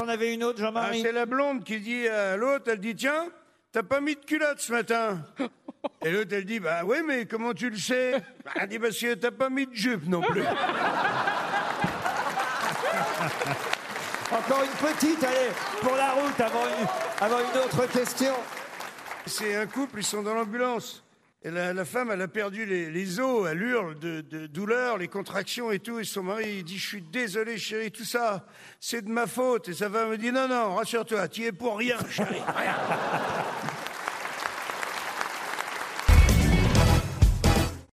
en avez une autre, Jean-Marie? C'est la blonde qui dit à l'autre, elle dit, tiens, t'as pas mis de culotte ce matin? Et l'autre, elle dit, bah oui, mais comment tu le sais? Elle dit, parce que t'as pas mis de jupe non plus. Encore une petite, allez, pour la route, avant une autre question. C'est un couple, ils sont dans l'ambulance. Et la femme, elle a perdu les os, elle hurle de douleur, les contractions et tout. Et son mari, il dit, je suis désolé, chérie, tout ça, c'est de ma faute. Et sa femme me dit, non, rassure-toi, tu y es pour rien, chérie, rien.